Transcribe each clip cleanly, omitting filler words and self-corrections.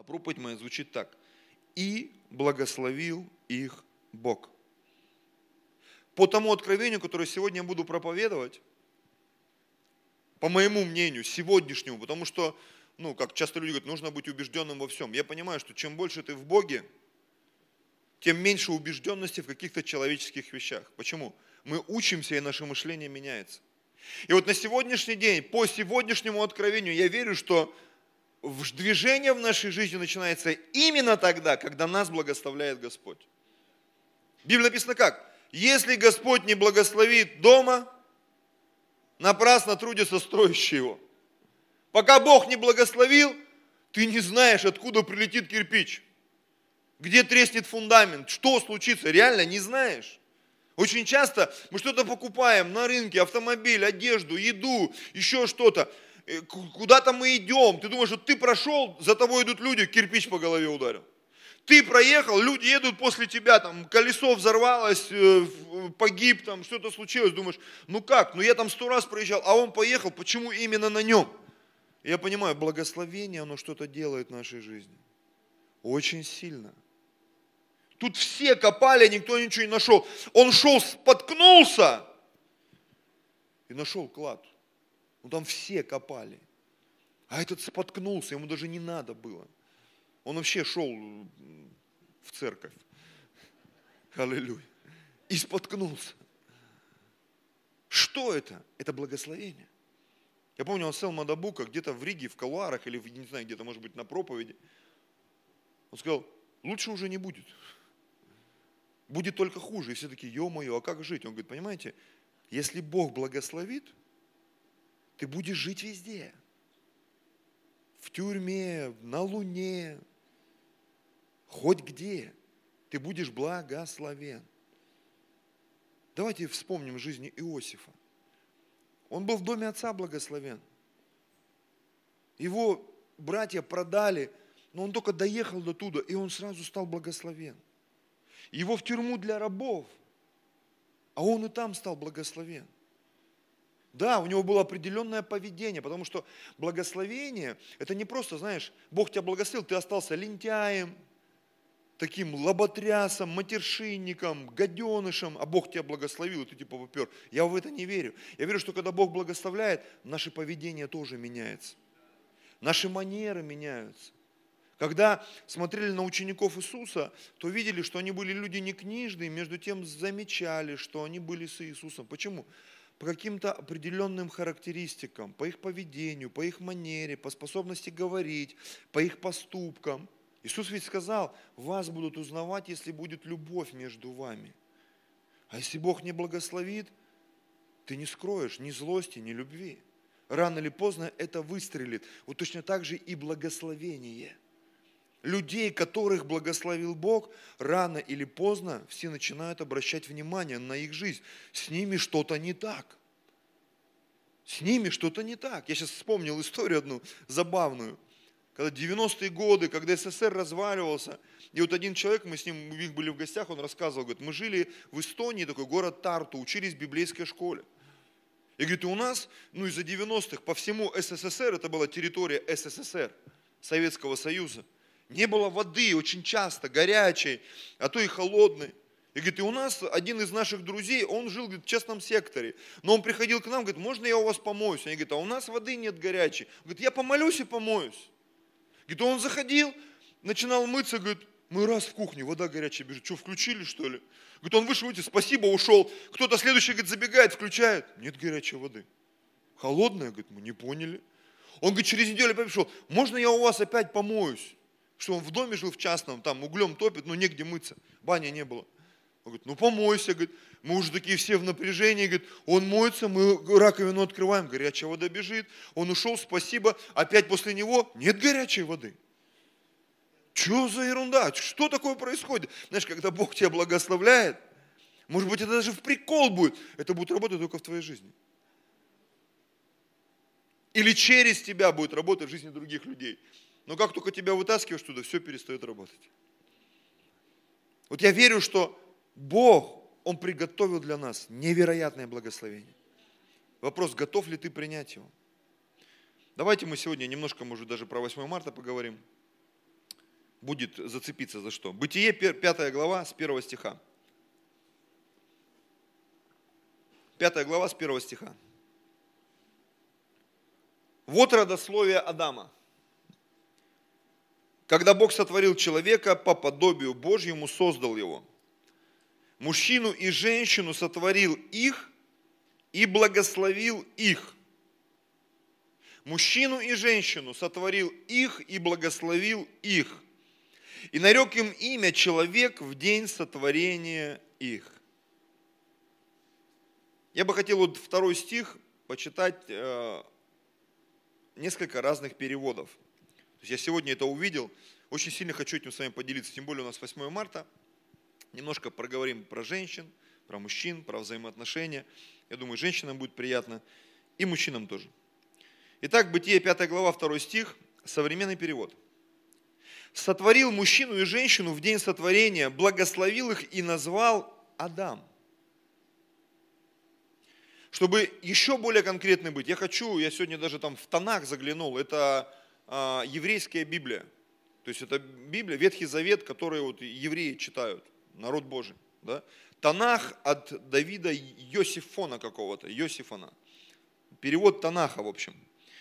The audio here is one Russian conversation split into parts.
А проповедь моя звучит так. И благословил их Бог. По тому откровению, которое сегодня я буду проповедовать, по моему мнению, сегодняшнему, потому что, как часто люди говорят, нужно быть убежденным во всем. Я понимаю, что чем больше ты в Боге, тем меньше убежденности в каких-то человеческих вещах. Почему? Мы учимся, и наше мышление меняется. И вот на сегодняшний день, по сегодняшнему откровению, я верю, что движение в нашей жизни начинается именно тогда, когда нас благословляет Господь. В Библии написано как? Если Господь не благословит дома, напрасно трудятся строящие его. Пока Бог не благословил, ты не знаешь, откуда прилетит кирпич, где треснет фундамент, что случится, реально не знаешь. Очень часто мы что-то покупаем на рынке, автомобиль, одежду, еду, еще что-то. Куда-то мы идем, ты думаешь, что ты прошел, за тобой идут люди, кирпич по голове ударил. Ты проехал, люди едут после тебя, там колесо взорвалось, погиб, там что-то случилось, думаешь, я там 100 раз проезжал, а он поехал, почему именно на нем? Я понимаю, благословение, оно что-то делает в нашей жизни. Очень сильно. Тут все копали, никто ничего не нашел. Он шел, споткнулся и нашел клад. Там все копали. А этот споткнулся, ему даже не надо было. Он вообще шел в церковь. Аллилуйя. И споткнулся. Что это? Это благословение. Я помню, он сел Мадабука где-то в Риге, в Калуарах, или не знаю, где-то, может быть, на проповеди. Он сказал, лучше уже не будет. Будет только хуже. И все такие, ё-моё, а как жить? Он говорит, понимаете, если Бог благословит, ты будешь жить везде. В тюрьме, на Луне, хоть где. Ты будешь благословен. Давайте вспомним жизнь Иосифа. Он был в доме отца благословен. Его братья продали, но он только доехал до туда, и он сразу стал благословен. Его в тюрьму для рабов, а он и там стал благословен. Да, у него было определенное поведение, потому что благословение, это не просто, знаешь, Бог тебя благословил, ты остался лентяем, таким лоботрясом, матершинником, гаденышем, а Бог тебя благословил, и ты типа попер. Я в это не верю. Я верю, что когда Бог благословляет, наше поведение тоже меняется. Наши манеры меняются. Когда смотрели на учеников Иисуса, то видели, что они были люди не книжные, между тем замечали, что они были с Иисусом. Почему? По каким-то определенным характеристикам, по их поведению, по их манере, по способности говорить, по их поступкам. Иисус ведь сказал, вас будут узнавать, если будет любовь между вами. А если Бог не благословит, ты не скроешь ни злости, ни любви. Рано или поздно это выстрелит. Вот точно так же и благословение. Людей, которых благословил Бог, рано или поздно все начинают обращать внимание на их жизнь. С ними что-то не так. С ними что-то не так. Я сейчас вспомнил историю одну забавную. Когда 90-е годы, когда СССР разваливался, и вот один человек, мы с ним, у них были в гостях, он рассказывал, говорит, мы жили в Эстонии, такой город Тарту, учились в библейской школе. И говорит, у нас, из-за 90-х по всему СССР, это была территория СССР, Советского Союза, не было воды очень часто, горячей, а то и холодной. И говорит, и у нас один из наших друзей, он жил, говорит, в частном секторе, но он приходил к нам, говорит, можно я у вас помоюсь? Они говорят, а у нас воды нет горячей. Он говорит, я помолюсь и помоюсь. Говорит, он заходил, начинал мыться, говорит, мы раз в кухне, вода горячая бежит, что, включили что ли? Говорит, он вышел, видите, спасибо, ушел. Кто-то следующий, говорит, забегает, включает, нет горячей воды. Холодная, говорит, мы не поняли. Он, говорит, через неделю опять пришел, можно я у вас опять помоюсь? Что он в доме жил в частном, там углем топит, но негде мыться, бани не было. Он говорит, помойся, говорит, мы уже такие все в напряжении, говорит, он моется, мы раковину открываем, горячая вода бежит, он ушел, спасибо, опять после него нет горячей воды. Что за ерунда, что такое происходит? Знаешь, когда Бог тебя благословляет, может быть, это даже в прикол будет, это будет работать только в твоей жизни. Или через тебя будет работать в жизни других людей. Но как только тебя вытаскиваешь туда, все перестает работать. Вот я верю, что Бог, Он приготовил для нас невероятное благословение. Вопрос, готов ли ты принять его? Давайте мы сегодня немножко, может, даже про 8 марта поговорим. будет зацепиться за что. Бытие, 5 глава, с 1 стиха. 5 глава, с 1 стиха. Вот родословие Адама. Когда Бог сотворил человека, по подобию Божьему создал его. Мужчину и женщину сотворил их и благословил их. Мужчину и женщину сотворил их и благословил их. И нарек им имя человек в день сотворения их. Я бы хотел вот 2 стих почитать несколько разных переводов. То есть я сегодня это увидел, очень сильно хочу этим с вами поделиться, тем более у нас 8 марта. Немножко проговорим про женщин, про мужчин, про взаимоотношения. Я думаю, женщинам будет приятно, и мужчинам тоже. Итак, Бытие 5 глава, 2 стих, современный перевод. «Сотворил мужчину и женщину в день сотворения, благословил их и назвал Адам». Чтобы еще более конкретный быть, я сегодня даже там в Танах заглянул, это еврейская Библия. То есть это Библия, Ветхий Завет, который вот евреи читают, народ Божий. Да? Танах от Давида Йосифона какого-то, Йосифона. Перевод Танаха, в общем.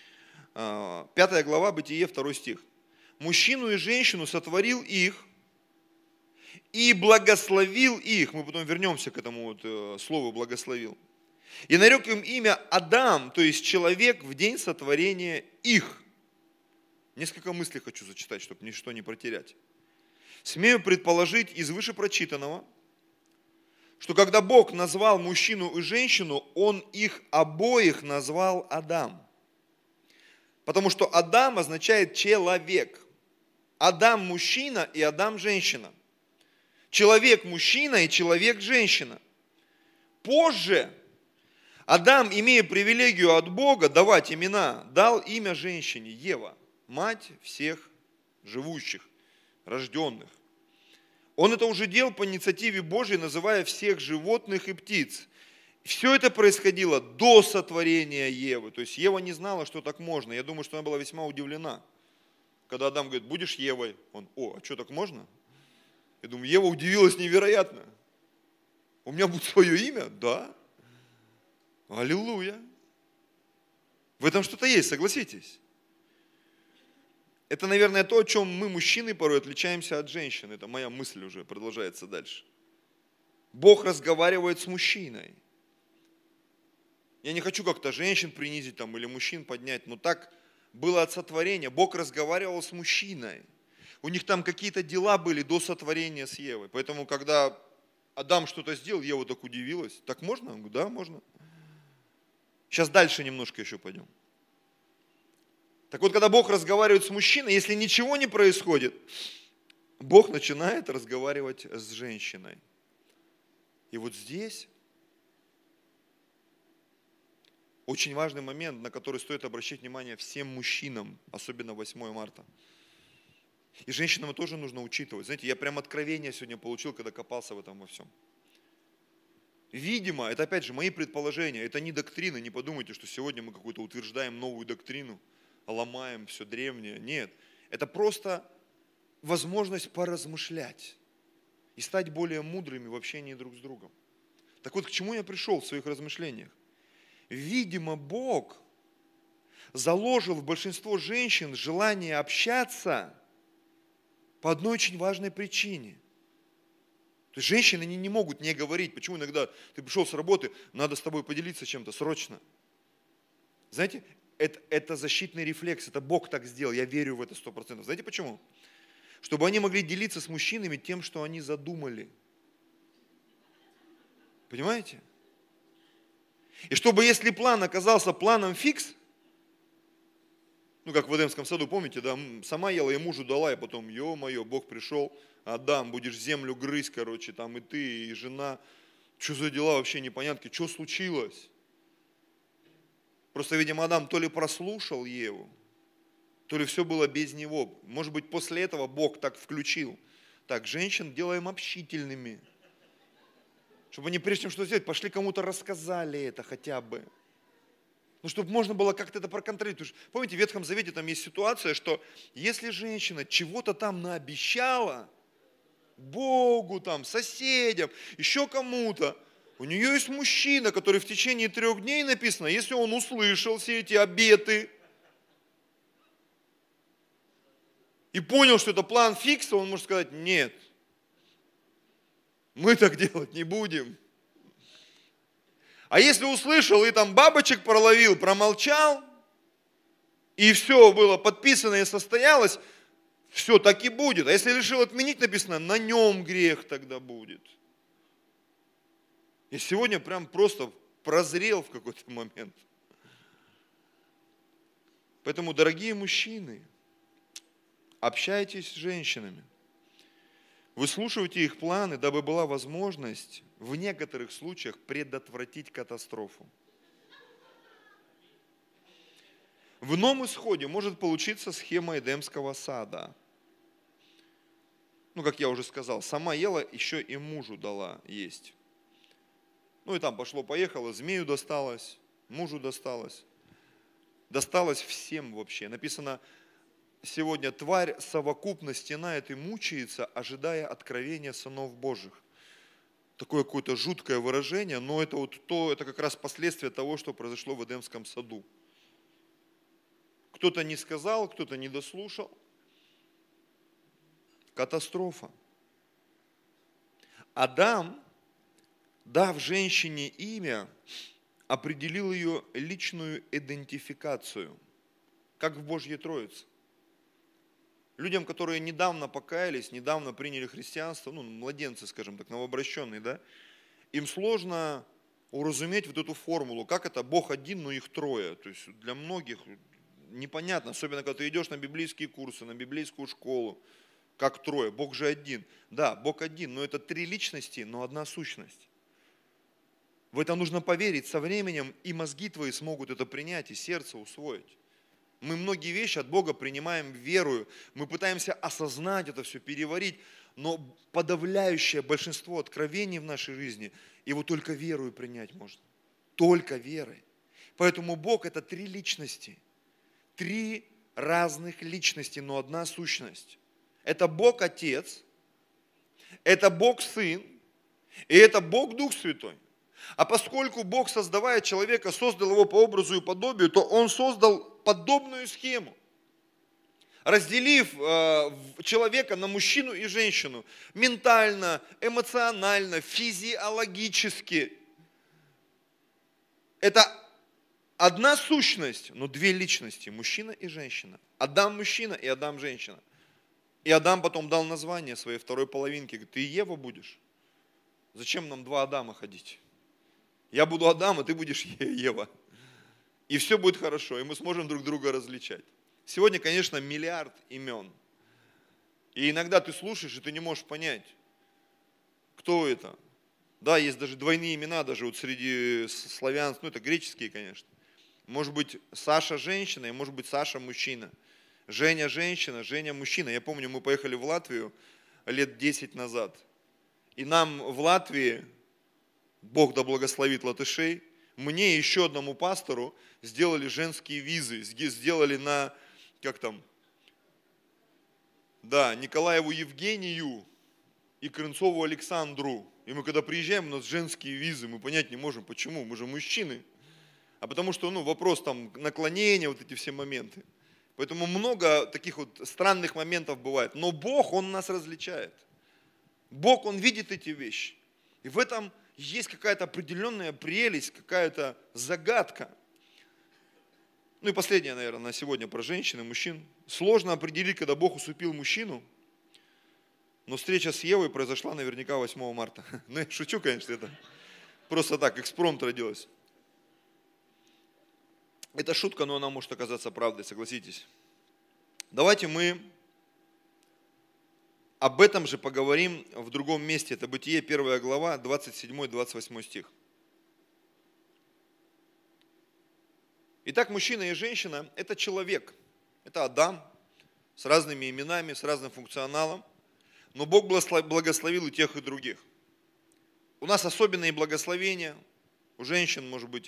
5 глава, Бытие, 2 стих. «Мужчину и женщину сотворил их и благословил их». Мы потом вернемся к этому вот слову «благословил». «И нарек им имя Адам», то есть человек в день сотворения их. Несколько мыслей хочу зачитать, чтобы ничто не протерять. «Смею предположить из вышепрочитанного, что когда Бог назвал мужчину и женщину, Он их обоих назвал Адам. Потому что Адам означает человек. Адам мужчина и Адам женщина. Человек мужчина и человек женщина. Позже Адам, имея привилегию от Бога давать имена, дал имя женщине Ева, мать всех живущих, рожденных. Он это уже делал по инициативе Божьей, называя всех животных и птиц. Все это происходило до сотворения Евы. То есть Ева не знала, что так можно. Я думаю, что она была весьма удивлена. Когда Адам говорит, будешь Евой? Он, а что, так можно? Я думаю, Ева удивилась невероятно. У меня будет свое имя? Да. Аллилуйя. В этом что-то есть, согласитесь. Это, наверное, то, о чем мы, мужчины, порой отличаемся от женщин. Это моя мысль уже продолжается дальше. Бог разговаривает с мужчиной. Я не хочу как-то женщин принизить там, или мужчин поднять, но так было от сотворения. Бог разговаривал с мужчиной. У них там какие-то дела были до сотворения с Евой. Поэтому, когда Адам что-то сделал, Ева так удивилась. Так можно? Он говорит, да, можно. Сейчас дальше немножко еще пойдем. Так вот, когда Бог разговаривает с мужчиной, если ничего не происходит, Бог начинает разговаривать с женщиной. И вот здесь очень важный момент, на который стоит обращать внимание всем мужчинам, особенно 8 марта. И женщинам тоже нужно учитывать. Знаете, я прям откровение сегодня получил, когда копался в этом во всем. Видимо, это опять же мои предположения, это не доктрина, не подумайте, что сегодня мы какую-то утверждаем новую доктрину, ломаем все древнее. Нет, это просто возможность поразмышлять и стать более мудрыми в общении друг с другом. Так вот, к чему я пришел в своих размышлениях? Видимо, Бог заложил в большинство женщин желание общаться по одной очень важной причине. То есть женщины не могут не говорить. Почему иногда ты пришел с работы, надо с тобой поделиться чем-то срочно? Знаете, это защитный рефлекс, это Бог так сделал, я верю в это 100%. Знаете почему? Чтобы они могли делиться с мужчинами тем, что они задумали. Понимаете? И чтобы, если план оказался планом фикс, как в Эдемском саду, помните, да, сама ела и мужу дала, и потом, ё-моё, Бог пришел, Адам, будешь землю грызть, там и ты, и жена. Что за дела вообще непонятки, что случилось? Просто, видимо, Адам то ли прослушал Еву, то ли все было без него. Может быть, после этого Бог так включил. Так, женщин делаем общительными. Чтобы они, прежде чем что сделать, пошли кому-то рассказали это хотя бы. Ну, чтобы можно было как-то это проконтролировать. Потому что, помните, в Ветхом Завете там есть ситуация, что если женщина чего-то там наобещала, Богу, там, соседям, еще кому-то, у нее есть мужчина, который в течение 3 дней написано, если он услышал все эти обеты и понял, что это план фикса, он может сказать, нет, мы так делать не будем. А если услышал и там бабочек проловил, промолчал, и все было подписано и состоялось, все так и будет. А если решил отменить, написано, на нем грех тогда будет. И сегодня прям просто прозрел в какой-то момент. Поэтому, дорогие мужчины, общайтесь с женщинами. Выслушивайте их планы, дабы была возможность в некоторых случаях предотвратить катастрофу. В ином исходе может получиться схема Эдемского сада. Ну, как я уже сказал, сама ела, еще и мужу дала есть. Ну и там пошло-поехало, змею досталось, мужу досталось. Досталось всем вообще. Написано, сегодня тварь совокупно стенает и мучается, ожидая откровения сынов Божьих. Такое какое-то жуткое выражение, но это это как раз последствия того, что произошло в Эдемском саду. Кто-то не сказал, кто-то не дослушал. Катастрофа. Адам, дав женщине имя, определил ее личную идентификацию, как в Божьей Троице. Людям, которые недавно покаялись, недавно приняли христианство, младенцы, скажем так, новообращенные, да, им сложно уразуметь вот эту формулу, как это Бог один, но их трое. То есть для многих непонятно, особенно когда ты идешь на библейские курсы, на библейскую школу, как трое, Бог же один. Да, Бог один, но это 3 личности, но одна сущность. В это нужно поверить со временем, и мозги твои смогут это принять, и сердце усвоить. Мы многие вещи от Бога принимаем верою, мы пытаемся осознать это все, переварить, но подавляющее большинство откровений в нашей жизни его только верою принять можно. Только верой. Поэтому Бог – это 3 личности. 3 разных личности, но одна сущность. Это Бог Отец, это Бог Сын, и это Бог Дух Святой. А поскольку Бог, создавая человека, создал его по образу и подобию, то Он создал подобную схему, разделив человека на мужчину и женщину ментально, эмоционально, физиологически. Это одна сущность, но 2 личности, мужчина и женщина. Адам мужчина и Адам женщина. И Адам потом дал название своей второй половинке, говорит, ты Ева будешь? Зачем нам 2 Адама ходить? Я буду Адам, а ты будешь Ева. И все будет хорошо, и мы сможем друг друга различать. Сегодня, конечно, миллиард имен. И иногда ты слушаешь, и ты не можешь понять, кто это. Да, есть даже двойные имена, даже вот среди славян, это греческие, конечно. Может быть, Саша женщина, и может быть, Саша мужчина. Женя женщина, Женя мужчина. Я помню, мы поехали в Латвию лет 10 назад. И нам в Латвии, Бог да благословит латышей, мне и еще одному пастору сделали женские визы. Сделали на, Николаеву Евгению и Крынцову Александру. И мы когда приезжаем, у нас женские визы, мы понять не можем, почему, мы же мужчины. А потому что, вопрос наклонения, вот эти все моменты. Поэтому много таких вот странных моментов бывает. Но Бог, Он нас различает. Бог, Он видит эти вещи. И в этом есть какая-то определенная прелесть, какая-то загадка. И последнее, наверное, на сегодня про женщин и мужчин. Сложно определить, когда Бог усыпил мужчину, но встреча с Евой произошла наверняка 8 марта. Я шучу, конечно, это просто так, экспромт родилась. Это шутка, но она может оказаться правдой, согласитесь. Давайте мы об этом же поговорим в другом месте. Это Бытие, 1 глава, 27-28 стих. Итак, мужчина и женщина – это человек. Это Адам с разными именами, с разным функционалом. Но Бог благословил и тех других. У нас особенные благословения. У женщин, может быть,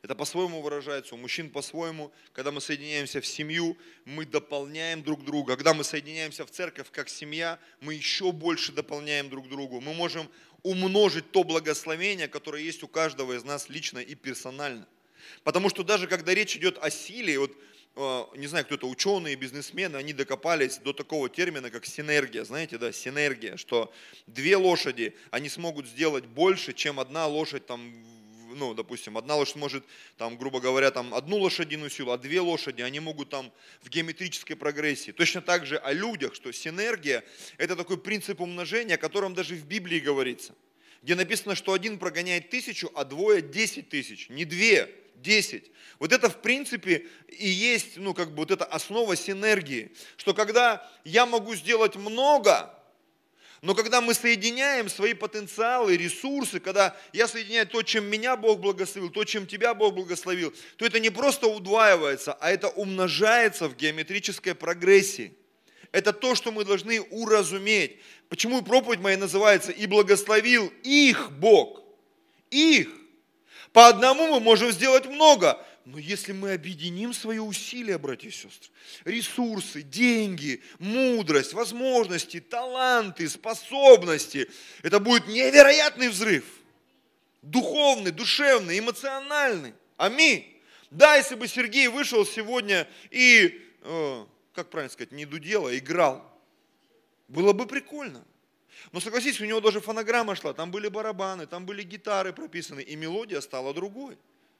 Это по-своему выражается, у мужчин по-своему. Когда мы соединяемся в семью, мы дополняем друг друга. Когда мы соединяемся в церковь как семья, мы еще больше дополняем друг другу. Мы можем умножить то благословение, которое есть у каждого из нас лично и персонально. Потому что даже когда речь идет о силе, вот, не знаю, кто-то, ученые, бизнесмены, они докопались до такого термина, как синергия. Знаете, да, синергия, что две лошади, они смогут сделать больше, чем одна лошадь там, ну, допустим, одна лошадь может, там, грубо говоря, там, одну лошадиную силу, а две лошади, они могут там в геометрической прогрессии. Точно так же о людях, что синергия – это такой принцип умножения, о котором даже в Библии говорится, где написано, что один прогоняет 1000, а двое 10 000, не две, 10. Вот это, в принципе, и есть, ну, как бы вот эта основа синергии, что когда я могу сделать много, но когда мы соединяем свои потенциалы, ресурсы, когда я соединяю то, чем меня Бог благословил, то, чем тебя Бог благословил, то это не просто удваивается, а это умножается в геометрической прогрессии. Это то, что мы должны уразуметь. Почему проповедь моя называется «И благословил их Бог». Их. По одному мы можем сделать много, но если мы объединим свои усилия, братья и сестры, ресурсы, деньги, мудрость, возможности, таланты, способности, это будет невероятный взрыв. Духовный, душевный, эмоциональный. Аминь. Да, если бы Сергей вышел сегодня и, как правильно сказать, не дудел, а играл, было бы прикольно. Но согласитесь, у него даже фонограмма шла, там были барабаны, там были гитары прописаны, и мелодия стала другой.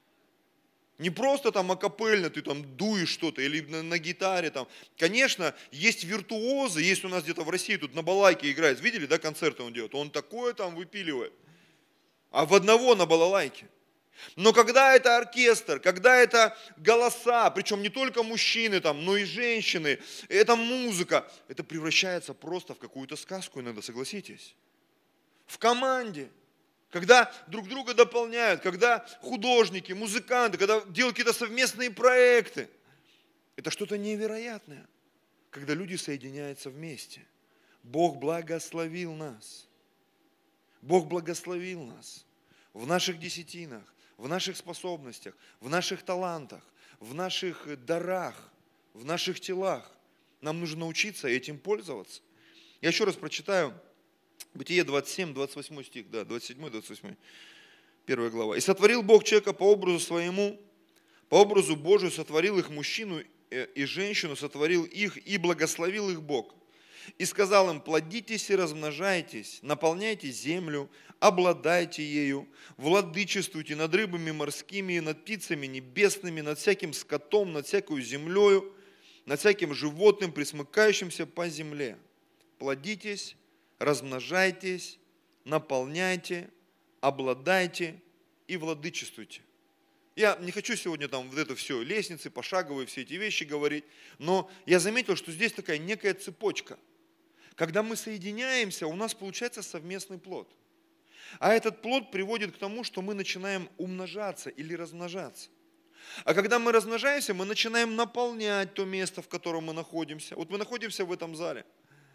Не просто там акапельно ты там дуешь что-то или на гитаре там. Конечно, есть виртуозы, есть у нас где-то в России, тут на балалайке играет. Видели, да, концерты он делает? Он такое там выпиливает. А в одного на балалайке. Но когда это оркестр, когда это голоса, причем не только мужчины там, но и женщины, это музыка, это превращается просто в какую-то сказку иногда, согласитесь. В команде. Когда друг друга дополняют, когда художники, музыканты, когда делают какие-то совместные проекты. Это что-то невероятное, когда люди соединяются вместе. Бог благословил нас. Бог благословил нас в наших десятинах, в наших способностях, в наших талантах, в наших дарах, в наших телах. Нам нужно научиться этим пользоваться. Я еще раз прочитаю. Бытие 27, 28 стих, да, 27, 28, 1 глава. «И сотворил Бог человека по образу своему, по образу Божию сотворил их, мужчину и женщину сотворил их, и благословил их Бог. И сказал им: плодитесь и размножайтесь, наполняйте землю, обладайте ею, владычествуйте над рыбами морскими, над птицами небесными, над всяким скотом, над всякою землею, над всяким животным, пресмыкающимся по земле. Плодитесь, размножайтесь, наполняйте, обладайте и владычествуйте». Я не хочу сегодня там вот это все, лестницы, пошаговые, все эти вещи говорить, но я заметил, что здесь такая некая цепочка. Когда мы соединяемся, у нас получается совместный плод. А этот плод приводит к тому, что мы начинаем умножаться или размножаться. А когда мы размножаемся, мы начинаем наполнять то место, в котором мы находимся. Вот мы находимся в этом зале.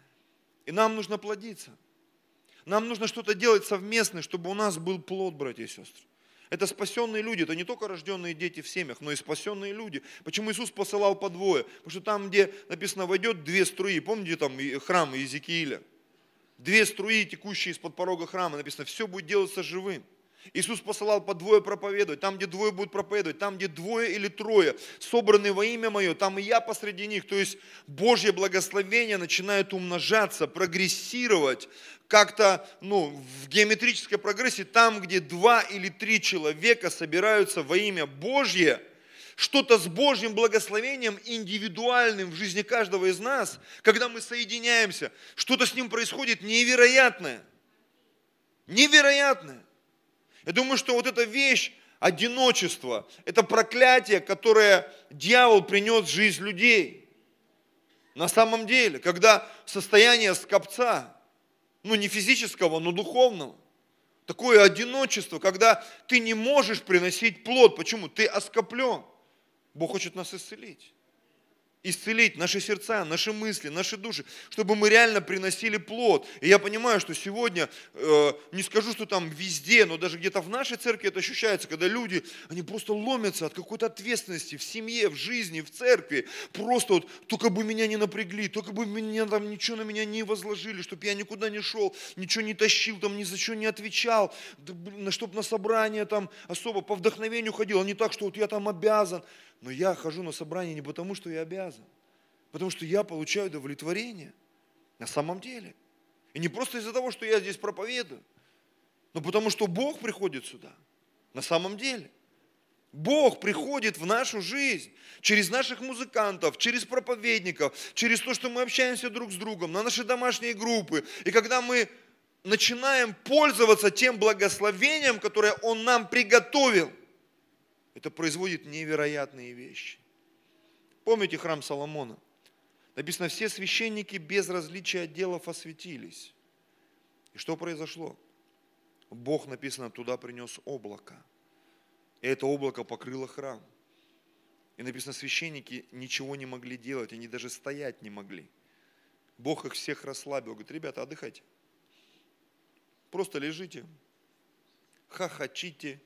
И нам нужно плодиться. Нам нужно что-то делать совместное, чтобы у нас был плод, братья и сестры. Это спасенные люди, это не только рожденные дети в семьях, но и спасенные люди. Почему Иисус посылал по двое? Потому что там, где написано «войдет две струи», помните там храм Иезекииля? Две струи, текущие из-под порога храма, написано, все будет делаться живым. Иисус посылал по двое проповедовать, там, где двое будут проповедовать, там, где двое или трое собраны во имя Мое, там и я посреди них. То есть Божье благословение начинает умножаться, прогрессировать, как-то в геометрической прогрессии, там, где 2 или 3 человека собираются во имя Божье, что-то с Божьим благословением индивидуальным в жизни каждого из нас, когда мы соединяемся, что-то с ним происходит невероятное. Невероятное. Я думаю, что вот эта вещь, одиночество, это проклятие, которое дьявол принес в жизнь людей. На самом деле, когда состояние скопца, не физического, но духовного, такое одиночество, когда ты не можешь приносить плод. Почему? Ты оскоплен. Бог хочет нас исцелить. исцелить наши сердца, наши мысли, наши души, чтобы мы реально приносили плод. И я понимаю, что сегодня, не скажу, что там везде, но даже где-то в нашей церкви это ощущается, когда люди, они просто ломятся от какой-то ответственности в семье, в жизни, в церкви. Просто вот, только бы меня не напрягли, только бы меня там ничего на меня не возложили, чтобы я никуда не шел, ничего не тащил, там ни за что не отвечал, чтобы на собрание там особо по вдохновению ходил, а не так, что вот я там обязан. Но я хожу на собрание не потому, что я обязан, потому что я получаю удовлетворение на самом деле. И не просто из-за того, что я здесь проповедую, но потому что Бог приходит сюда на самом деле. Бог приходит в нашу жизнь через наших музыкантов, через проповедников, через то, что мы общаемся друг с другом, на наши домашние группы. И когда мы начинаем пользоваться тем благословением, которое Он нам приготовил, это производит невероятные вещи. Помните храм Соломона? Написано, все священники без различия отделов осветились. И что произошло? Бог, написано, туда принес облако. И это облако покрыло храм. И написано, священники ничего не могли делать, они даже стоять не могли. Бог их всех расслабил. Говорит, ребята, отдыхайте. Просто лежите, хохочите.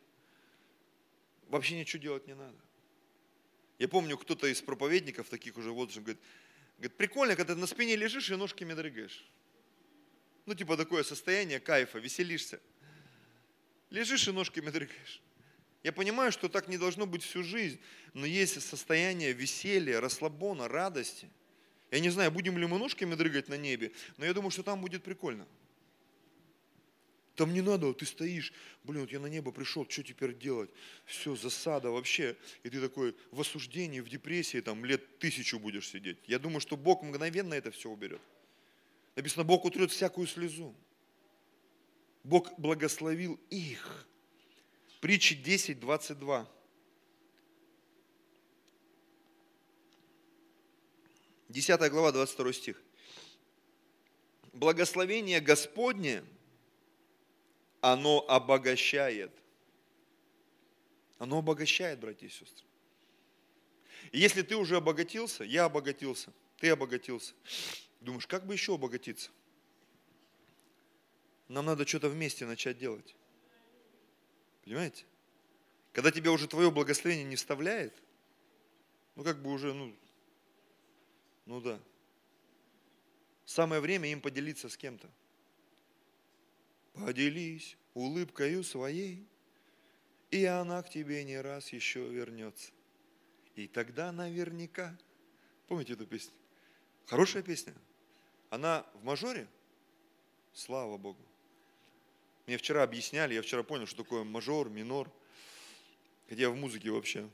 Вообще ничего делать не надо. Я помню, кто-то из проповедников таких уже вот говорит, прикольно, когда ты на спине лежишь и ножками дрыгаешь. Ну, типа такое состояние кайфа, веселишься. Лежишь и ножками дрыгаешь. Я понимаю, что так не должно быть всю жизнь, но есть состояние веселья, расслабона, радости. Я не знаю, будем ли мы ножками дрыгать на небе, но я думаю, что там будет прикольно. Там не надо, вот ты стоишь, блин, вот я на небо пришел, что теперь делать? Все, засада вообще. И ты такой в осуждении, в депрессии, там лет 1000 будешь сидеть. Я думаю, что Бог мгновенно это все уберет. Написано, Бог утрет всякую слезу. Бог благословил их. Притчи 10:22. 10 глава, 22 стих. Благословение Господне, оно обогащает. Оно обогащает, братья и сестры. И если ты уже обогатился, я обогатился, ты обогатился, думаешь, как бы еще обогатиться? Нам надо что-то вместе начать делать. Понимаете? Когда тебя уже твое благословение не вставляет, ну как бы уже, ну да. Самое время им поделиться с кем-то. Поделись улыбкою своей, и она к тебе не раз еще вернется. И тогда наверняка, помните эту песню? Хорошая песня. Она в мажоре? Слава Богу. Мне вчера объясняли, я вчера понял, что такое мажор, минор. Хотя я в музыке вообще.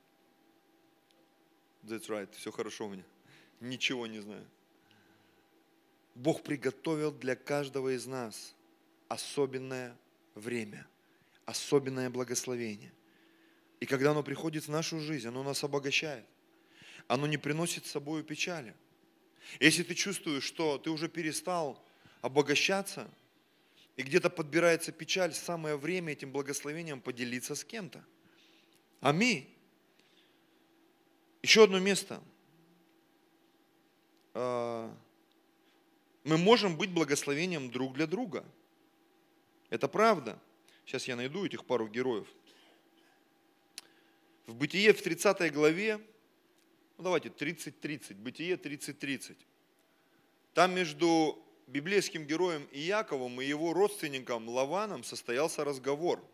That's right, все хорошо у меня. Ничего не знаю. Бог приготовил для каждого из нас особенное время, особенное благословение. И когда оно приходит в нашу жизнь, оно нас обогащает. Оно не приносит с собой печали. Если ты чувствуешь, что ты уже перестал обогащаться, и где-то подбирается печаль, самое время этим благословением поделиться с кем-то. Аминь. Еще одно место. Мы можем быть благословением друг для друга. Это правда. Сейчас я найду этих пару героев. В Бытие в 30 главе, давайте 30:30, Бытие 30:30. Там между библейским героем Иаковом и его родственником Лаваном состоялся разговор.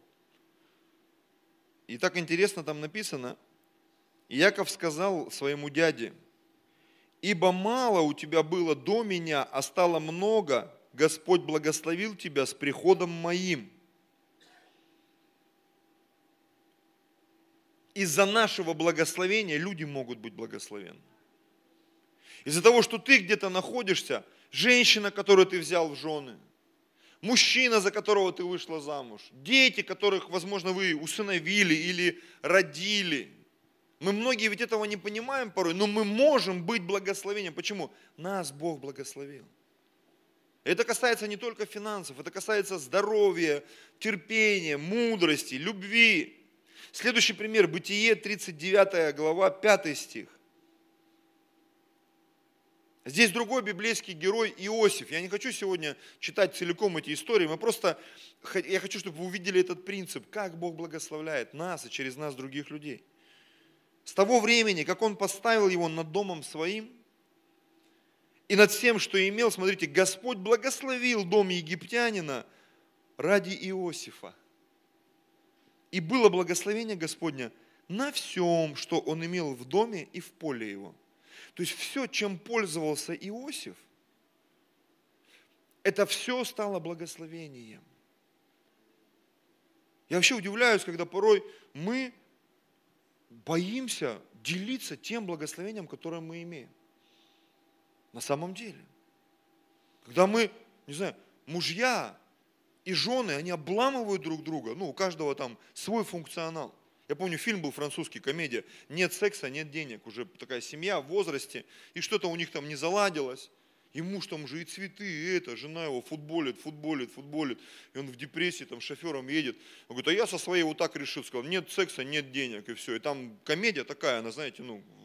И так интересно там написано, Иаков сказал своему дяде, «Ибо мало у тебя было до меня, а стало много, Господь благословил тебя с приходом моим». Из-за нашего благословения люди могут быть благословенны. Из-за того, что ты где-то находишься, женщина, которую ты взял в жены, мужчина, за которого ты вышла замуж, дети, которых, возможно, вы усыновили или родили. Мы многие ведь этого не понимаем порой, но мы можем быть благословением. Почему? Нас Бог благословил. Это касается не только финансов, это касается здоровья, терпения, мудрости, любви. Следующий пример, Бытие, 39 глава, 5 стих. Здесь другой библейский герой Иосиф. Я не хочу сегодня читать целиком эти истории, я хочу, чтобы вы увидели этот принцип, как Бог благословляет нас и через нас других людей. С того времени, как Он поставил его над домом своим и над всем, что имел, смотрите, Господь благословил дом египтянина ради Иосифа. И было благословение Господня на всем, что он имел в доме и в поле его. То есть все, чем пользовался Иосиф, это все стало благословением. Я вообще удивляюсь, когда порой мы боимся делиться тем благословением, которое мы имеем. На самом деле. Когда мы, не знаю, мужья и жены, они обламывают друг друга, у каждого там свой функционал. Я помню, фильм был французский, комедия, нет секса, нет денег, уже такая семья в возрасте, и что-то у них там не заладилось. И муж там уже и цветы, и это, жена его футболит, и он в депрессии, там шофером едет. Он говорит, а я со своей вот так решил, сказал, нет секса, нет денег, и все. И там комедия такая, она, знаете,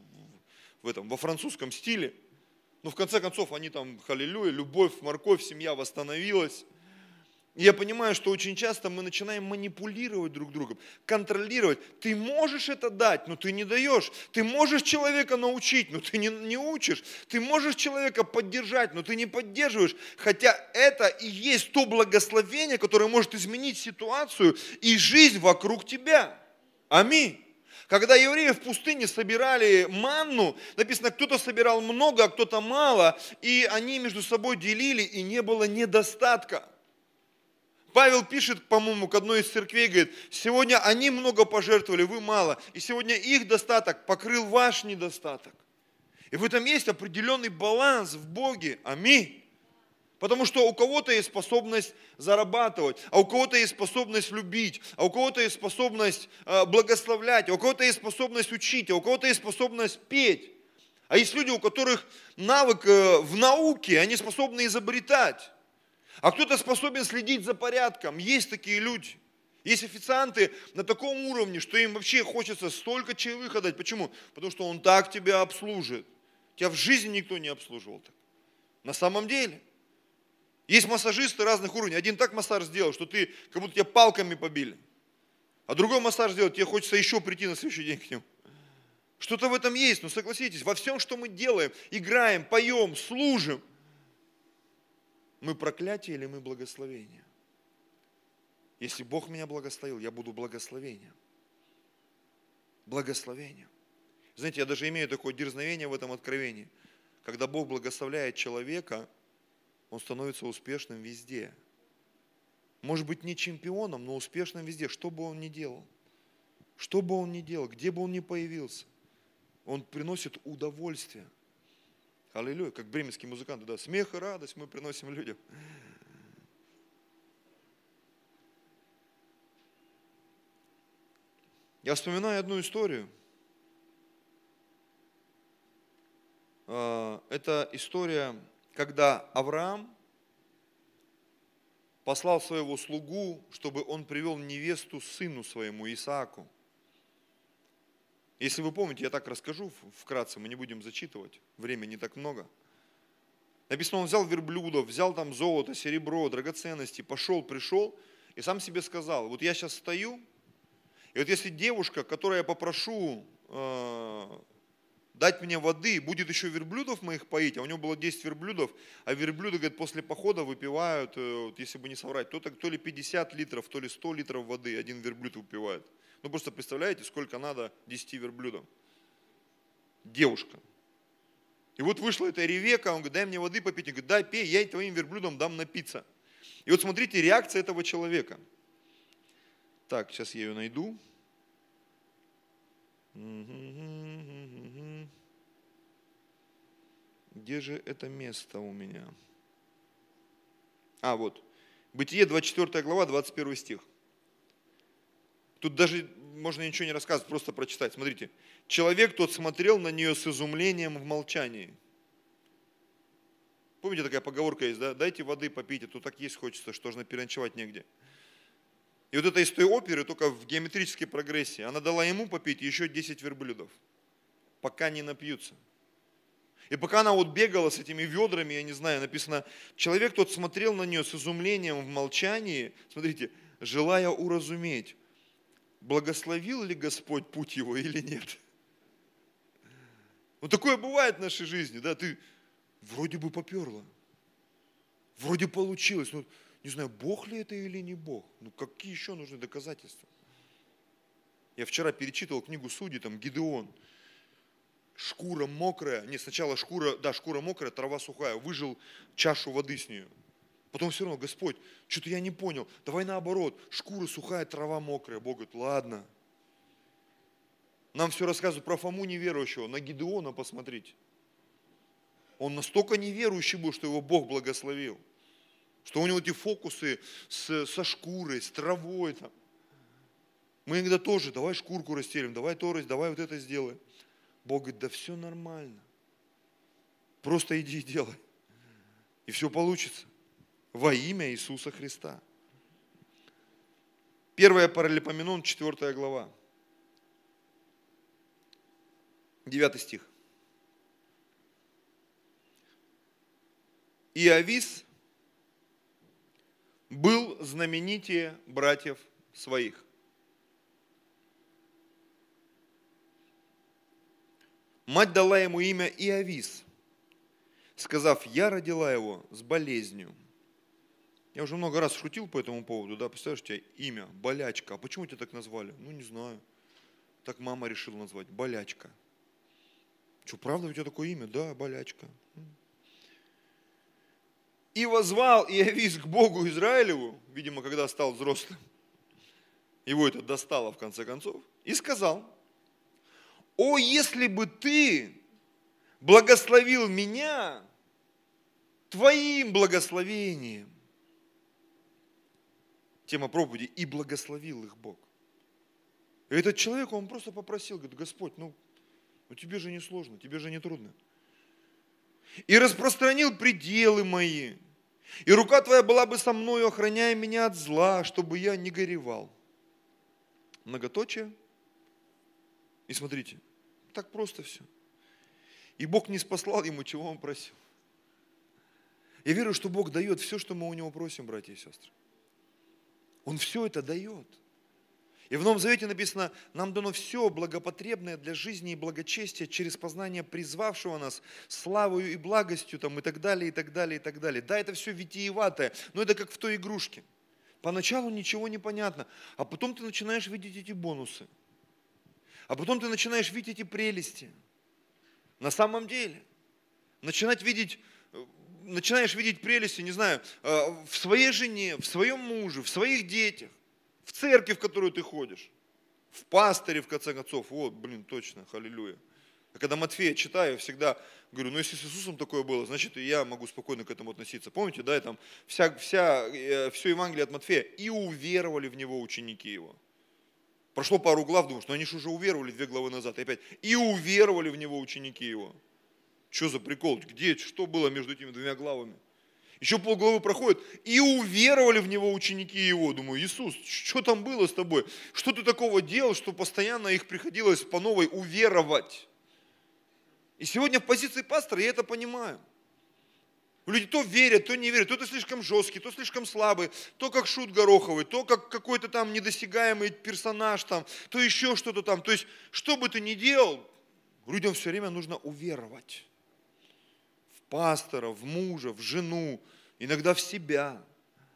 во французском стиле. Но в конце концов они там, халилюя, любовь, морковь, семья восстановилась. И я понимаю, что очень часто мы начинаем манипулировать друг другом, контролировать. Ты можешь это дать, но ты не даешь. Ты можешь человека научить, но ты не учишь. Ты можешь человека поддержать, но ты не поддерживаешь. Хотя это и есть то благословение, которое может изменить ситуацию и жизнь вокруг тебя. Аминь. Когда евреи в пустыне собирали манну, написано, кто-то собирал много, а кто-то мало, и они между собой делили, и не было недостатка. Павел пишет, по-моему, к одной из церквей, говорит, сегодня они много пожертвовали, вы мало, и сегодня их достаток покрыл ваш недостаток. И в этом есть определенный баланс в Боге. Аминь. Потому что у кого-то есть способность зарабатывать, а у кого-то есть способность любить, а у кого-то есть способность благословлять, а у кого-то есть способность учить, а у кого-то есть способность петь. А есть люди, у которых навык в науке, они способны изобретать. А кто-то способен следить за порядком. Есть такие люди. Есть официанты на таком уровне, что им вообще хочется столько чаевых отдать. Почему? Потому что он так тебя обслужит. Тебя в жизни никто не обслуживал так. На самом деле. Есть массажисты разных уровней. Один так массаж сделал, что ты, как будто тебя палками побили. А другой массаж сделал, тебе хочется еще прийти на следующий день к нему. Что-то в этом есть, но согласитесь, во всем, что мы делаем, играем, поем, служим, мы проклятие или мы благословение? Если Бог меня благословил, я буду благословением. Благословением. Знаете, я даже имею такое дерзновение в этом откровении. Когда Бог благословляет человека, он становится успешным везде. Может быть, не чемпионом, но успешным везде, что бы он ни делал. Что бы он ни делал, где бы он ни появился, он приносит удовольствие. Аллилуйя, как бременские музыканты, да, смех и радость мы приносим людям. Я вспоминаю одну историю. Это история, когда Авраам послал своего слугу, чтобы он привел невесту сыну своему Исааку. Если вы помните, я так расскажу вкратце, мы не будем зачитывать, времени не так много. Написано, он взял верблюдов, взял там золото, серебро, драгоценности, пошел, пришел и сам себе сказал, вот я сейчас стою, и вот если девушка, которую я попрошу дать мне воды, будет еще верблюдов моих поить, а у него было 10 верблюдов, а верблюды, говорит, после похода выпивают, вот, если бы не соврать, то ли 50 литров, то ли 100 литров воды один верблюд выпивает. Ну просто представляете, сколько надо 10 верблюдам. Девушка. И вот вышла эта Ревека, он говорит, дай мне воды попить. Он говорит, дай, пей, я твоим верблюдам дам напиться. И вот смотрите, реакция этого человека. Так, сейчас я ее найду. Где же это место у меня? Вот. Бытие, 24 глава, 21 стих. Тут даже можно ничего не рассказывать, просто прочитать. Смотрите. Человек тот смотрел на нее с изумлением в молчании. Помните, такая поговорка есть, да? Дайте воды попить, а то так есть хочется, что же переночевать негде. И вот это из той оперы, только в геометрической прогрессии. Она дала ему попить еще 10 верблюдов, пока не напьются. И пока она вот бегала с этими ведрами, я не знаю, написано, человек тот смотрел на нее с изумлением в молчании, смотрите, желая уразуметь, благословил ли Господь путь его или нет. Вот такое бывает в нашей жизни, да, ты вроде бы поперло, вроде получилось, но не знаю, Бог ли это или не Бог. Ну какие еще нужны доказательства? Я вчера перечитывал книгу Судей, там Гидеон. Шкура мокрая, не, сначала шкура мокрая, трава сухая, выжил чашу воды с нее. Потом все равно, Господь, что-то я не понял, давай наоборот, шкура сухая, трава мокрая. Бог говорит, ладно. Нам все рассказывают про Фому неверующего, на Гидеона посмотрите. Он настолько неверующий был, что его Бог благословил. Что у него эти фокусы со шкурой, с травой. Там. Мы иногда тоже, давай шкурку расстелим, давай вот это сделаем. Бог говорит, да все нормально. Просто иди и делай. И все получится. Во имя Иисуса Христа. 1 Паралипоменон, 4 глава. 9 стих. Иовис был знаменитее братьев своих. Мать дала ему имя Иовис, сказав, я родила его с болезнью. Я уже много раз шутил по этому поводу, да, представляешь, у тебя имя, болячка. А почему тебя так назвали? Ну, не знаю. Так мама решила назвать, болячка. Что, правда у тебя такое имя? Да, болячка. И воззвал Иовис к Богу Израилеву, видимо, когда стал взрослым, его это достало в конце концов, и сказал, о, если бы ты благословил меня твоим благословением. Тема проповеди, и благословил их Бог. И этот человек, он просто попросил, говорит, Господь, ну тебе же не сложно, тебе же не трудно. И распространил пределы мои, и рука твоя была бы со мною, охраняя меня от зла, чтобы я не горевал. Многоточие. И смотрите, так просто все. И Бог не спаслал ему, чего он просил. Я верю, что Бог дает все, что мы у Него просим, братья и сестры. Он все это дает. И в Новом Завете написано, нам дано все благопотребное для жизни и благочестия через познание призвавшего нас славою и благостью там, и так далее, и так далее, и так далее. Да, это все витиеватое, но это как в той игрушке. Поначалу ничего не понятно, а потом ты начинаешь видеть эти бонусы. А потом ты начинаешь видеть эти прелести. На самом деле. Начинаешь видеть прелести, не знаю, в своей жене, в своем муже, в своих детях, в церкви, в которую ты ходишь, в пасторе, в конце концов. Вот, точно, аллилуйя. А когда Матфея читаю, всегда говорю, ну если с Иисусом такое было, значит и я могу спокойно к этому относиться. Помните, да, и там все Евангелие от Матфея, и уверовали в Него ученики Его. Прошло пару глав, думаешь, ну они же уже уверовали 2 главы назад, и опять, и уверовали в Него ученики Его. Что за прикол? Что было между этими 2 главами? Еще полглавы проходит, и уверовали в Него ученики Его. Думаю, Иисус, что там было с тобой? Что ты такого делал, что постоянно их приходилось по новой уверовать? И сегодня в позиции пастора я это понимаю. Люди то верят, то не верят, то ты слишком жесткий, то слишком слабый, то как шут гороховый, то как какой-то там недосягаемый персонаж, там, то еще что-то там. То есть, что бы ты ни делал, людям все время нужно уверовать. В пастора, в мужа, в жену, иногда в себя.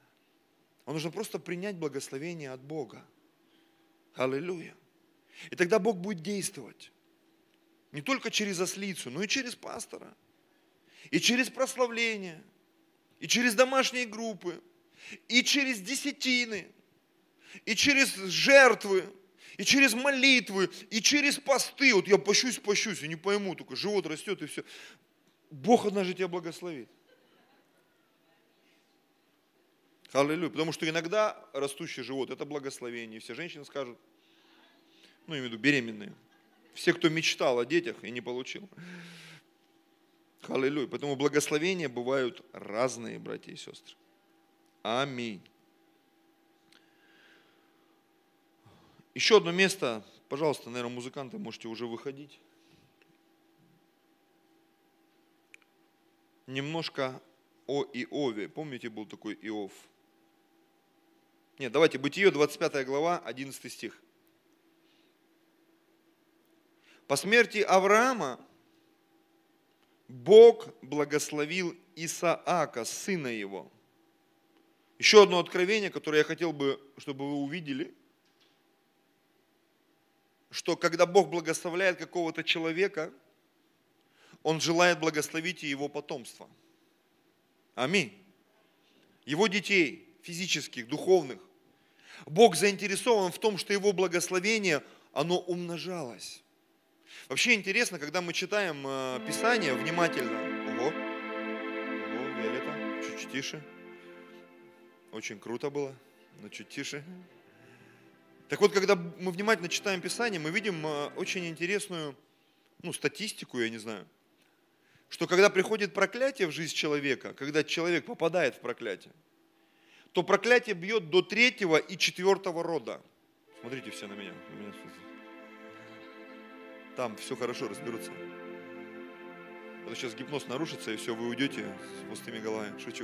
А нужно просто принять благословение от Бога. Аллилуйя. И тогда Бог будет действовать. Не только через ослицу, но и через пастора. И через прославление, и через домашние группы, и через десятины, и через жертвы, и через молитвы, и через посты. Вот я пощусь, и не пойму, только живот растет и все. Бог однажды тебя благословит. Аллилуйя. Потому что иногда растущий живот – это благословение. Все женщины скажут, ну, я имею в виду беременные. Все, кто мечтал о детях и не получил. Аллилуйя. Поэтому благословения бывают разные, братья и сестры. Аминь. Еще одно место. Пожалуйста, наверное, музыканты, можете уже выходить. немножко о Иове. Помните, был такой Иов? Нет, давайте, Бытие, 25 глава, 11 стих. По смерти Авраама Бог благословил Исаака, сына его. Еще одно откровение, которое я хотел бы, чтобы вы увидели, что когда Бог благословляет какого-то человека, Он желает благословить и его потомство. Аминь. Его детей, физических, духовных. Бог заинтересован в том, что его благословение, оно умножалось. Вообще интересно, когда мы читаем Писание внимательно. Ого, Виолетта, чуть тише. Очень круто было, но чуть тише. Так вот, когда мы внимательно читаем Писание, мы видим очень интересную, статистику, я не знаю, что когда приходит проклятие в жизнь человека, когда человек попадает в проклятие, то проклятие бьет до 3-го и 4-го рода. Смотрите все на меня. Там все хорошо разберутся. А то сейчас гипноз нарушится, и все, вы уйдете с пустыми головами. Шучу.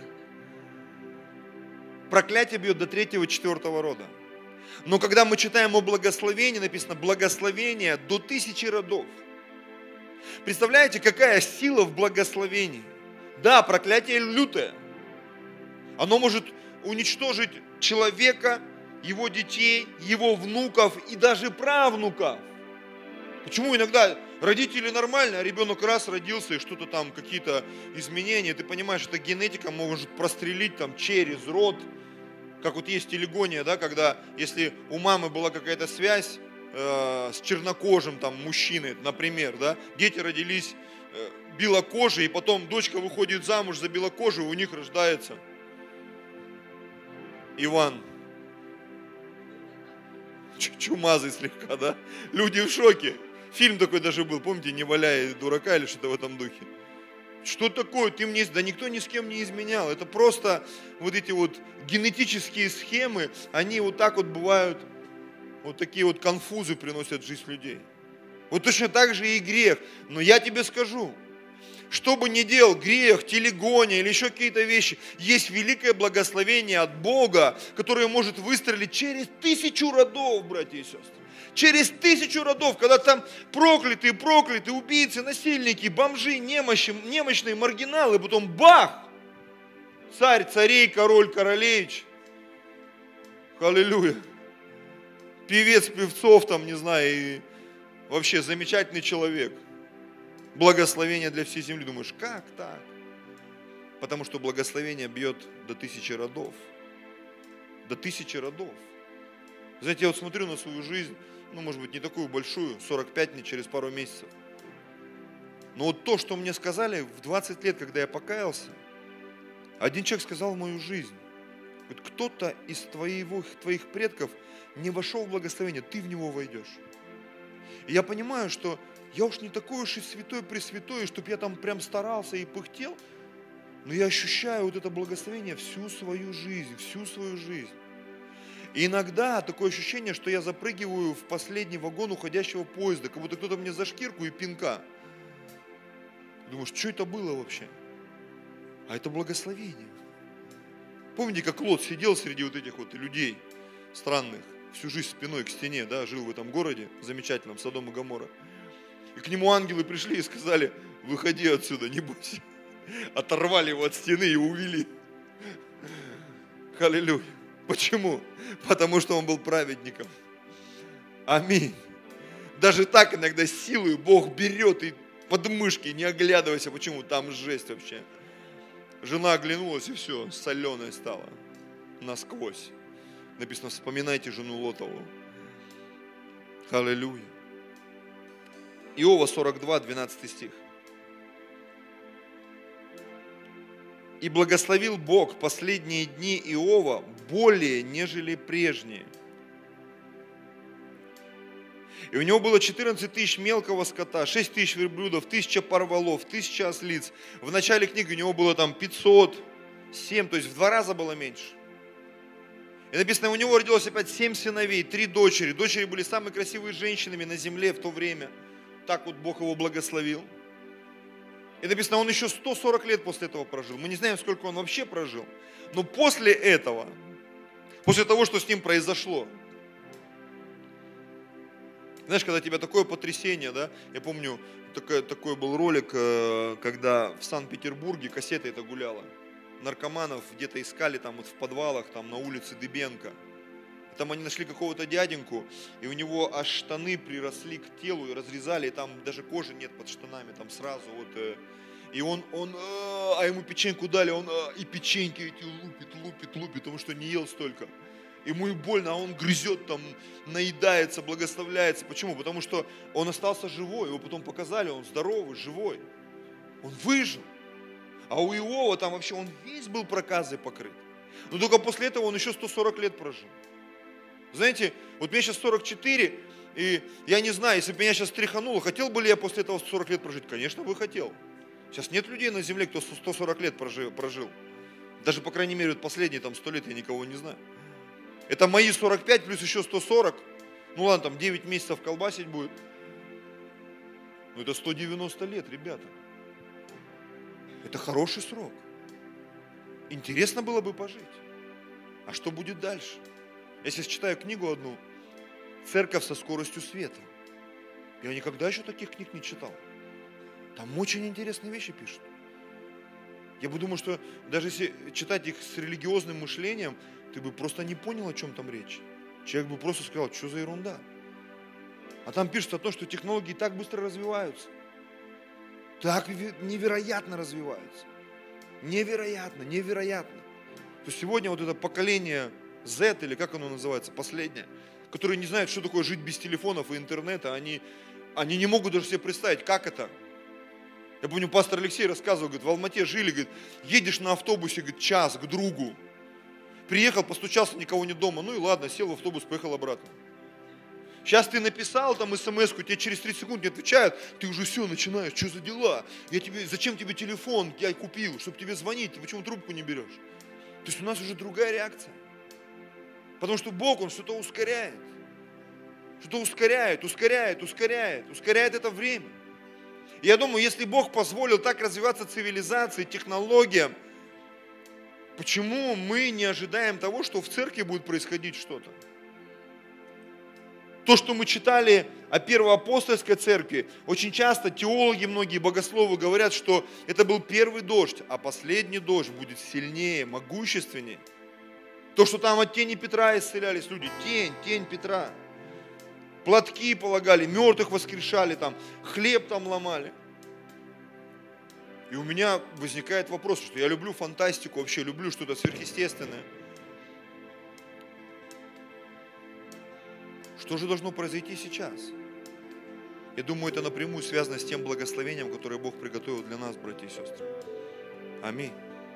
Проклятие бьет до 3-го и 4-го рода. Но когда мы читаем о благословении, написано благословение до 1000 родов. Представляете, какая сила в благословении? Да, проклятие лютое. Оно может уничтожить человека, его детей, его внуков и даже правнуков. Почему иногда родители нормально, а ребенок раз родился и что-то там, какие-то изменения, ты понимаешь, что генетика может прострелить там через род. Как вот есть телегония, да, когда, если у мамы была какая-то связь с чернокожим там мужчиной, например, да, дети родились белокожие, и потом дочка выходит замуж за белокожего, у них рождается Иван. Чумазый слегка, да? Люди в шоке. Фильм такой даже был, помните, «Не валяй дурака» или что-то в этом духе. Что такое? Ты мне... Да никто ни с кем не изменял. Это просто вот эти вот генетические схемы, они вот так вот бывают, вот такие вот конфузы приносят в жизнь людей. Вот точно так же и грех. Но я тебе скажу, что бы ни делал грех, телегония или еще какие-то вещи, есть великое благословение от Бога, которое может выстрелить через 1000 родов, братья и сестры. Через 1000 родов, когда там проклятые, убийцы, насильники, бомжи, немощные, маргиналы, потом бах! Царь царей, король королевич. Аллилуйя. Певец певцов, там, не знаю, и вообще замечательный человек. Благословение для всей земли. Думаешь, как так? Потому что благословение бьет до 1000 родов. До 1000 родов. Знаете, я вот смотрю на свою жизнь, может быть, не такую большую, 45 не через пару месяцев. Но вот то, что мне сказали в 20 лет, когда я покаялся, один человек сказал в мою жизнь, говорит, кто-то из твоих предков не вошел в благословение, ты в него войдешь. И я понимаю, что я уж не такой уж и святой-пресвятой, чтобы я там прям старался и пыхтел, но я ощущаю вот это благословение всю свою жизнь. И иногда такое ощущение, что я запрыгиваю в последний вагон уходящего поезда, как будто кто-то мне за шкирку и пинка. Думаешь, что это было вообще? А это благословение. Помните, как Лот сидел среди вот этих вот людей странных, всю жизнь спиной к стене, да, жил в этом городе замечательном, Содом и Гоморра. И к нему ангелы пришли и сказали, выходи отсюда, не бойся. Оторвали его от стены и увели. Аллилуйя. Почему? Потому что он был праведником. Аминь. Даже так иногда силой Бог берет и под мышки, не оглядывайся. Почему? Там жесть вообще. Жена оглянулась и все, соленая стала. Насквозь. Написано, вспоминайте жену Лотову. Аллилуйя. Иова 42, 12 стих. И благословил Бог последние дни Иова более, нежели прежние. И у него было 14 тысяч мелкого скота, 6 тысяч верблюдов, 1000 парволов, 1000 ослиц. В начале книги у него было там 507, то есть в 2 раза было меньше. И написано, у него родилось опять 7 сыновей, 3 дочери. Дочери были самыми красивыми женщинами на земле в то время. Так вот Бог его благословил. И написано, он еще 140 лет после этого прожил. Мы не знаем, сколько он вообще прожил. Но после этого, после того, что с ним произошло, знаешь, когда у тебя такое потрясение, да, я помню, такой был ролик, когда в Санкт-Петербурге кассета эта гуляла. Наркоманов где-то искали там вот в подвалах, там на улице Дыбенко. Там они нашли какого-то дяденьку, и у него аж штаны приросли к телу и разрезали, и там даже кожи нет под штанами, там сразу вот. И а ему печеньку дали, он и печеньки эти лупит, потому что не ел столько. Ему и больно, а он грызет там, наедается, благословляется. Почему? Потому что он остался живой, его потом показали, он здоровый, живой. Он выжил. А у Иова там вообще, он весь был проказой покрыт. Но только после этого он еще 140 лет прожил. Знаете, вот мне сейчас 44, и я не знаю, если бы меня сейчас тряхануло, хотел бы ли я после этого 40 лет прожить? Конечно, бы хотел. Сейчас нет людей на земле, кто 140 лет прожил. Даже, по крайней мере, последние там 100 лет я никого не знаю. Это мои 45 плюс еще 140. Ну ладно, там 9 месяцев колбасить будет. Но это 190 лет, ребята. Это хороший срок. Интересно было бы пожить. А что будет дальше? Я сейчас читаю книгу одну «Церковь со скоростью света». Я никогда еще таких книг не читал. Там очень интересные вещи пишут. Я бы думал, что даже если читать их с религиозным мышлением, ты бы просто не понял, о чем там речь. Человек бы просто сказал, что за ерунда. А там пишется о том, что технологии так быстро развиваются. Так невероятно развиваются. Невероятно. То есть сегодня вот это поколение Z, или как оно называется, последнее, которые не знают, что такое жить без телефонов и интернета, они не могут даже себе представить, как это. Я помню, пастор Алексей рассказывал, говорит, в Алмате жили, говорит, едешь на автобусе, говорит, час к другу. Приехал, постучался, никого нет дома, ну и ладно, сел в автобус, поехал обратно. Сейчас ты написал там смс-ку, тебе через 30 секунд не отвечают, ты уже все начинаешь, что за дела? Зачем тебе телефон, я купил, чтобы тебе звонить, ты почему трубку не берешь? То есть у нас уже другая реакция. Потому что Бог, Он что-то ускоряет. Что-то ускоряет это время. И я думаю, если Бог позволил так развиваться цивилизации, технологиям, почему мы не ожидаем того, что в церкви будет происходить что-то? То, что мы читали о первоапостольской церкви, очень часто теологи, многие богословы говорят, что это был первый дождь, а последний дождь будет сильнее, могущественнее. То, что там от тени Петра исцелялись люди, тень Петра. Платки полагали, мертвых воскрешали, там, хлеб там ломали. И у меня возникает вопрос, что я люблю фантастику, вообще люблю что-то сверхъестественное. Что же должно произойти сейчас? Я думаю, это напрямую связано с тем благословением, которое Бог приготовил для нас, братья и сестры. Аминь.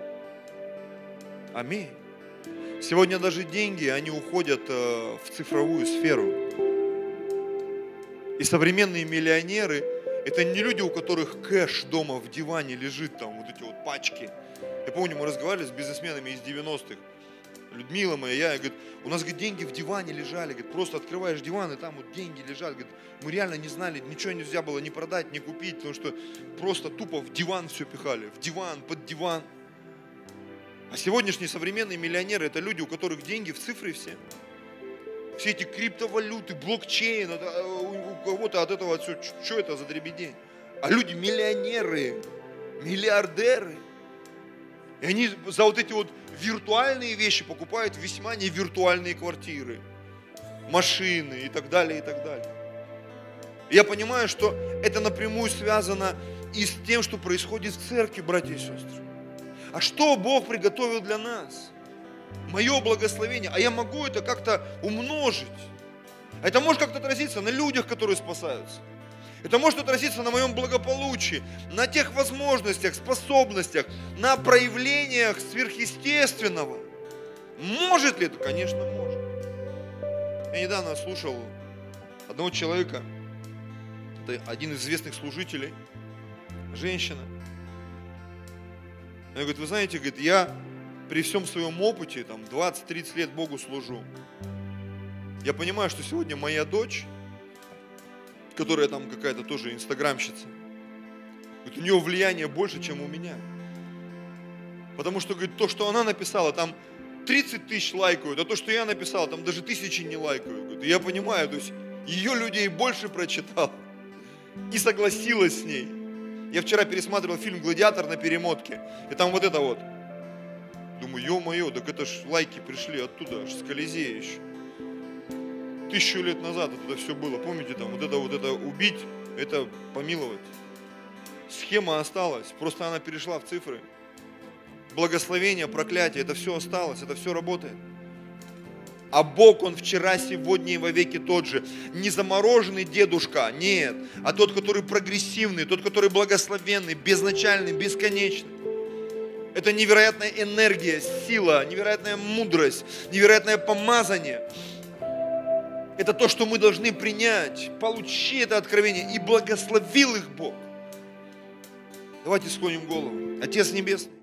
Аминь. Сегодня даже деньги, они уходят в цифровую сферу. И современные миллионеры, это не люди, у которых кэш дома в диване лежит, там вот эти вот пачки. Я помню, мы разговаривали с бизнесменами из 90-х. Людмила моя, говорит, у нас, говорит, деньги в диване лежали, говорит, просто открываешь диван, и там вот деньги лежат, говорит, мы реально не знали, ничего нельзя было ни продать, ни купить, потому что просто тупо в диван все пихали, в диван, под диван. А сегодняшние современные миллионеры, это люди, у которых деньги в цифре все. Все эти криптовалюты, блокчейн, у кого-то от этого все, что это за дребедень? А люди миллионеры, миллиардеры. И они за вот эти вот виртуальные вещи покупают весьма невиртуальные квартиры, машины и так далее, и так далее. И я понимаю, что это напрямую связано и с тем, что происходит в церкви, братья и сестры. А что Бог приготовил для нас? Мое благословение. А я могу это как-то умножить. Это может как-то отразиться на людях, которые спасаются. Это может отразиться на моем благополучии, на тех возможностях, способностях, на проявлениях сверхъестественного. Может ли это? Конечно, может. Я недавно слушал одного человека, это один из известных служителей, женщина. Она говорит, вы знаете, говорит, я при всем своем опыте, там, 20-30 лет Богу служу. Я понимаю, что сегодня моя дочь, которая там какая-то тоже инстаграмщица, У нее влияние больше, чем у меня. Потому что, говорит, то, что она написала, там 30 тысяч лайкают, а то, что я написал, там даже 1000 не лайкают. Говорит, и я понимаю, то есть ее людей больше прочитал и согласилась с ней. Я вчера пересматривал фильм «Гладиатор» на перемотке, и там вот это вот. Думаю, ё-моё, так это ж лайки пришли оттуда, аж с Колизея еще. 1000 лет назад это все было. Помните, там вот это убить, это помиловать. Схема осталась, просто она перешла в цифры. Благословение, проклятие, это все осталось, это все работает. А Бог, Он вчера, сегодня и вовеки тот же. Не замороженный дедушка, нет, а тот, который прогрессивный, тот, который благословенный, безначальный, бесконечный. Это невероятная энергия, сила, невероятная мудрость, невероятное помазание. Это то, что мы должны принять. Получи это откровение. И благословил их Бог. Давайте склоним голову. Отец Небесный,